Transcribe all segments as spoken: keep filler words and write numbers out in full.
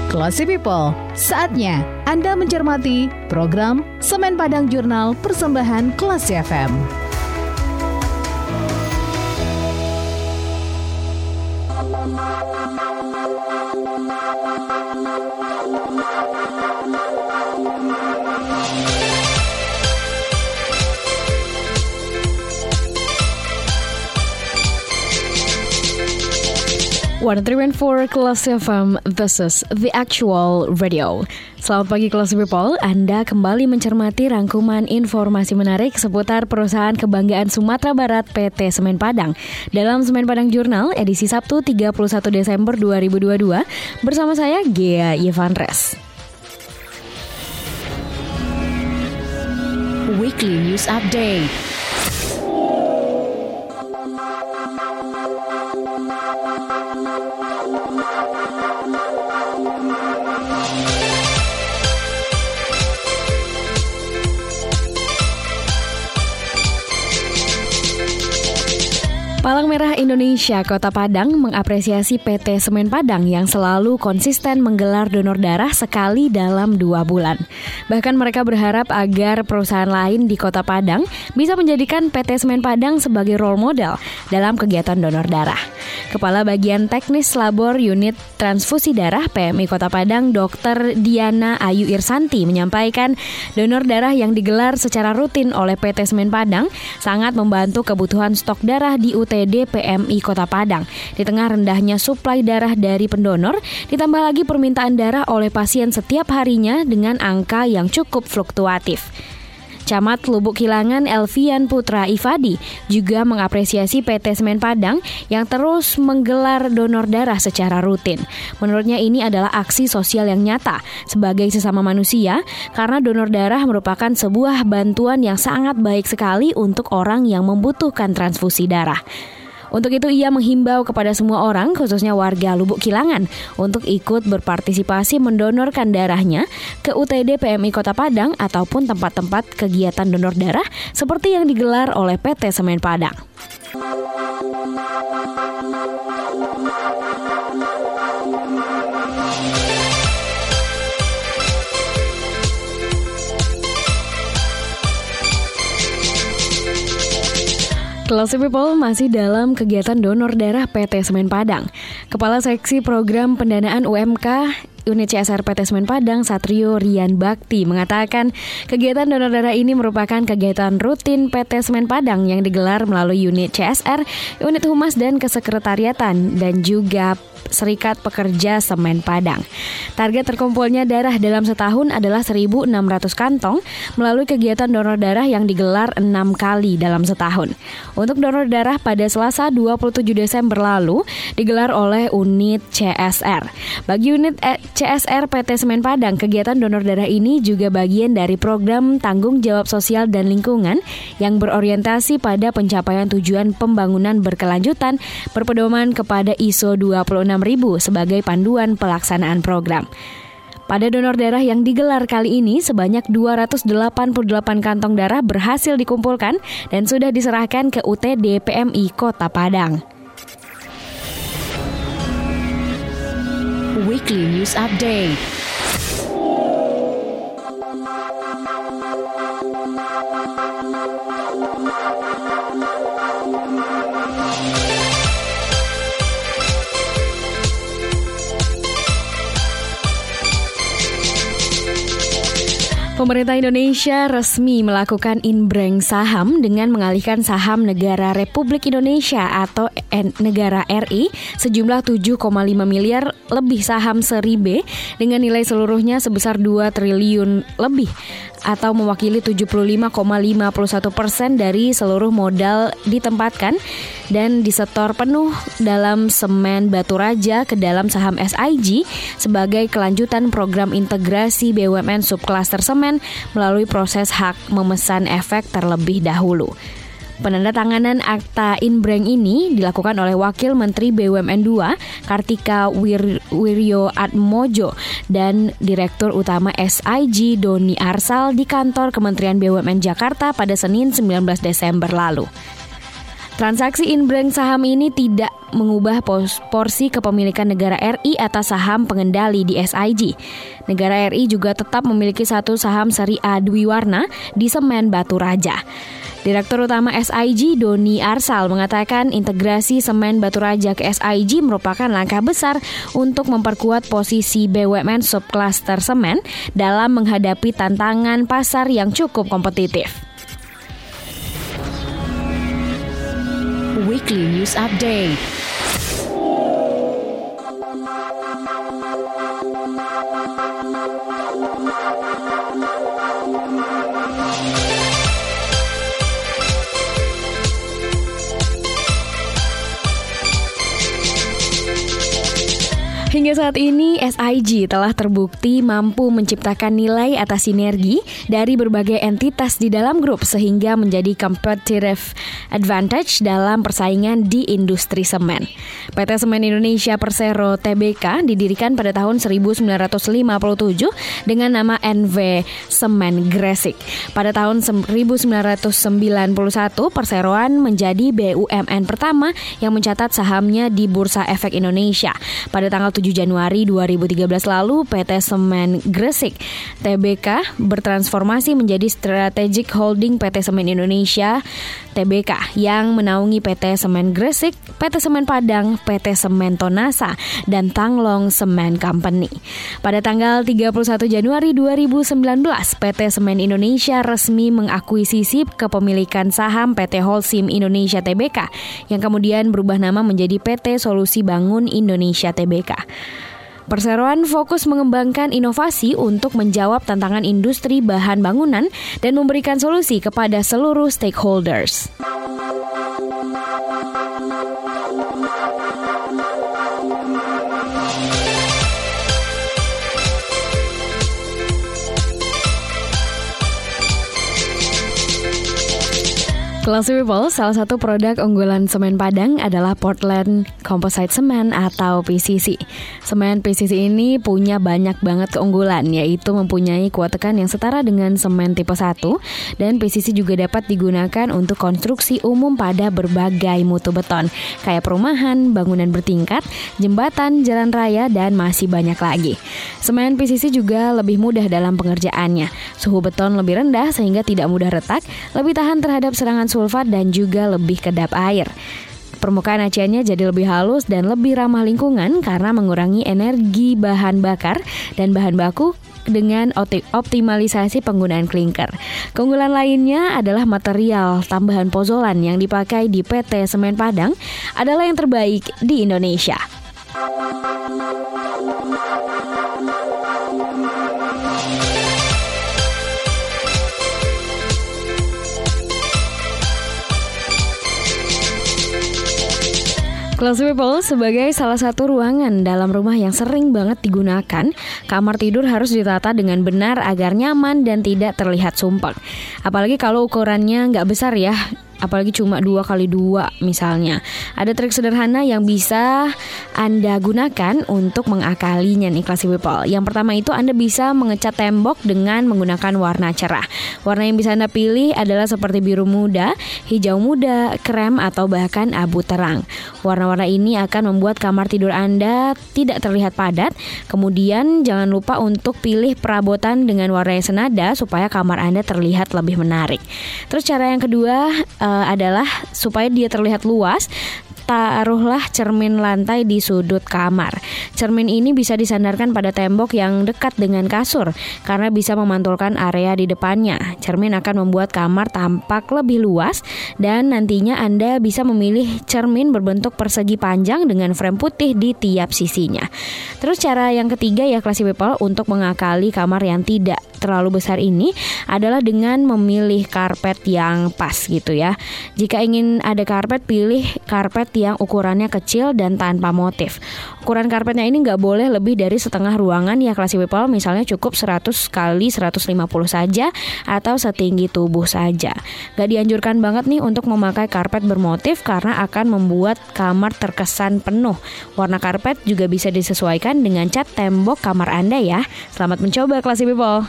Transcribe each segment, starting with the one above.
Classy People, saatnya Anda mencermati program Semen Padang Jurnal persembahan Classy F M. one oh three point four Classy F M, this is The Actual Radio. Selamat pagi Classy People, Anda kembali mencermati rangkuman informasi menarik seputar perusahaan kebanggaan Sumatera Barat P T Semen Padang dalam Semen Padang Jurnal edisi Sabtu tiga puluh satu Desember dua ribu dua puluh dua bersama saya Ghea Yevandres. Weekly News Update. Palang Merah Indonesia Kota Padang mengapresiasi P T Semen Padang yang selalu konsisten menggelar donor darah sekali dalam dua bulan. Bahkan mereka berharap agar perusahaan lain di Kota Padang bisa menjadikan P T Semen Padang sebagai role model dalam kegiatan donor darah. Kepala Bagian Teknis Labor Unit Transfusi Darah P M I Kota Padang, Dokter Diana Ayu Irsanti menyampaikan donor darah yang digelar secara rutin oleh P T Semen Padang sangat membantu kebutuhan stok darah di U T D P M I Kota Padang. Di tengah rendahnya suplai darah dari pendonor, ditambah lagi permintaan darah oleh pasien setiap harinya dengan angka yang cukup fluktuatif. Camat Lubuk Kilangan Elvian Putra Ifadi juga mengapresiasi P T Semen Padang yang terus menggelar donor darah secara rutin. Menurutnya ini adalah aksi sosial yang nyata sebagai sesama manusia karena donor darah merupakan sebuah bantuan yang sangat baik sekali untuk orang yang membutuhkan transfusi darah. Untuk itu ia menghimbau kepada semua orang, khususnya warga Lubuk Kilangan, untuk ikut berpartisipasi mendonorkan darahnya ke U T D P M I Kota Padang ataupun tempat-tempat kegiatan donor darah seperti yang digelar oleh P T Semen Padang. Classy People masih dalam kegiatan donor darah P T Semen Padang. Kepala Seksi Program Pendanaan U M K Unit C S R P T Semen Padang, Satrio Rian Bakti, mengatakan kegiatan donor darah ini merupakan kegiatan rutin P T Semen Padang yang digelar melalui unit C S R, unit Humas dan Kesekretariatan, dan juga Serikat Pekerja Semen Padang. Target terkumpulnya darah dalam setahun adalah seribu enam ratus kantong melalui kegiatan donor darah yang digelar enam kali dalam setahun. Untuk donor darah pada Selasa dua puluh tujuh Desember lalu digelar oleh unit C S R. Bagi unit C S R P T Semen Padang, kegiatan donor darah ini juga bagian dari program tanggung jawab sosial dan lingkungan yang berorientasi pada pencapaian tujuan pembangunan berkelanjutan berpedoman kepada I S O dua puluh enam ribu sebagai panduan pelaksanaan program. Pada donor darah yang digelar kali ini, sebanyak dua ratus delapan puluh delapan kantong darah berhasil dikumpulkan dan sudah diserahkan ke U T D P M I Kota Padang. Weekly News Update. Pemerintah Indonesia resmi melakukan inbreng saham dengan mengalihkan saham negara Republik Indonesia atau negara R I sejumlah tujuh koma lima miliar lebih saham seri B dengan nilai seluruhnya sebesar dua triliun lebih atau mewakili tujuh puluh lima koma lima satu persen dari seluruh modal ditempatkan dan disetor penuh dalam semen Batu Raja ke dalam saham S I G sebagai kelanjutan program integrasi B U M N subklaster semen melalui proses hak memesan efek terlebih dahulu. Penandatanganan akta inbreng ini dilakukan oleh Wakil Menteri B U M N dua Kartika Wir, Wiryo Atmojo dan Direktur Utama S I G Doni Arsal di kantor Kementerian B U M N Jakarta pada Senin sembilan belas Desember lalu. Transaksi inbrank saham ini tidak mengubah porsi kepemilikan negara R I atas saham pengendali di S I G. Negara R I juga tetap memiliki satu saham seri A Dwiwarna di Semen Batu Raja. Direktur Utama S I G Doni Arsal mengatakan integrasi Semen Batu Raja ke S I G merupakan langkah besar untuk memperkuat posisi B U M N subklaster semen dalam menghadapi tantangan pasar yang cukup kompetitif. Weekly News Update. Hingga saat ini, S I G telah terbukti mampu menciptakan nilai atas sinergi dari berbagai entitas di dalam grup sehingga menjadi competitive advantage dalam persaingan di industri semen. P T Semen Indonesia Persero T B K didirikan pada tahun seribu sembilan ratus lima puluh tujuh dengan nama N V Semen Gresik. Pada tahun seribu sembilan ratus sembilan puluh satu, perseroan menjadi B U M N pertama yang mencatat sahamnya di Bursa Efek Indonesia. Pada tanggal tujuh Januari dua ribu tiga belas lalu, P T Semen Gresik T B K bertransformasi menjadi Strategic Holding P T Semen Indonesia T B K yang menaungi P T Semen Gresik, P T Semen Padang, P T Semen Tonasa, dan Tanglong Semen Company. Pada tanggal tiga puluh satu Januari dua ribu sembilan belas, P T Semen Indonesia resmi mengakuisisi kepemilikan saham P T Holcim Indonesia T B K yang kemudian berubah nama menjadi P T Solusi Bangun Indonesia T B K. Perseroan fokus mengembangkan inovasi untuk menjawab tantangan industri bahan bangunan dan memberikan solusi kepada seluruh stakeholders. Classy People, salah satu produk unggulan semen Padang adalah Portland Composite Cement atau P C C. Semen P C C ini punya banyak banget keunggulan, yaitu mempunyai kuat tekan yang setara dengan semen tipe satu, dan P C C juga dapat digunakan untuk konstruksi umum pada berbagai mutu beton, kayak perumahan, bangunan bertingkat, jembatan, jalan raya, dan masih banyak lagi. Semen P C C juga lebih mudah dalam pengerjaannya. Suhu beton lebih rendah sehingga tidak mudah retak, lebih tahan terhadap serangan sulfat, dan juga lebih kedap air. Permukaan aciannya jadi lebih halus dan lebih ramah lingkungan karena mengurangi energi bahan bakar dan bahan baku dengan optimalisasi penggunaan klinker. Keunggulan lainnya adalah material tambahan pozolan yang dipakai di P T Semen Padang adalah yang terbaik di Indonesia. Classy People, sebagai salah satu ruangan dalam rumah yang sering banget digunakan, kamar tidur harus ditata dengan benar agar nyaman dan tidak terlihat sumpek. Apalagi kalau ukurannya nggak besar ya, apalagi cuma dua kali dua misalnya. Ada trik sederhana yang bisa Anda gunakan untuk mengakalinya nih Classy People. Yang pertama itu Anda bisa mengecat tembok dengan menggunakan warna cerah. Warna yang bisa Anda pilih adalah seperti biru muda, hijau muda, krem, atau bahkan abu terang. Warna-warna ini akan membuat kamar tidur Anda tidak terlihat padat. Kemudian jangan lupa untuk pilih perabotan dengan warna yang senada supaya kamar Anda terlihat lebih menarik. Terus cara yang kedua uh, adalah supaya dia terlihat luas. Taruhlah cermin lantai di sudut kamar. Cermin ini bisa disandarkan pada tembok yang dekat dengan kasur karena bisa memantulkan area di depannya. Cermin akan membuat kamar tampak lebih luas dan nantinya Anda bisa memilih cermin berbentuk persegi panjang dengan frame putih di tiap sisinya. Terus cara yang ketiga ya Classy People untuk mengakali kamar yang tidak terlalu besar ini adalah dengan memilih karpet yang pas gitu ya. Jika ingin ada karpet, pilih karpet yang ukurannya kecil dan tanpa motif. Ukuran karpetnya ini nggak boleh lebih dari setengah ruangan ya Classy People. Misalnya cukup seratus kali seratus lima puluh saja atau setinggi tubuh saja. Gak dianjurkan banget nih untuk memakai karpet bermotif karena akan membuat kamar terkesan penuh. Warna karpet juga bisa disesuaikan dengan cat tembok kamar Anda ya. Selamat mencoba Classy People.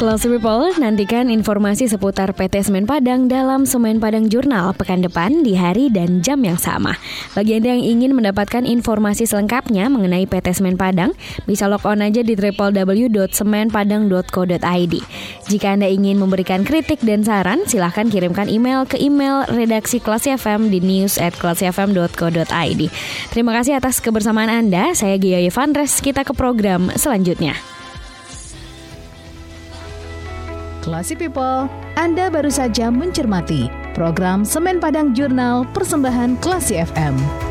Classy People, nantikan informasi seputar P T Semen Padang dalam Semen Padang Jurnal pekan depan di hari dan jam yang sama. Bagi Anda yang ingin mendapatkan informasi selengkapnya mengenai P T Semen Padang, bisa log on aja di w w w dot semen padang dot co dot i d. Jika Anda ingin memberikan kritik dan saran, silahkan kirimkan email ke email redaksi Classy F M di news at classy f m dot co dot i d. Terima kasih atas kebersamaan Anda. Saya Gia Yevandres. Kita ke program selanjutnya. Classy People, Anda baru saja mencermati program Semen Padang Jurnal persembahan Classy F M.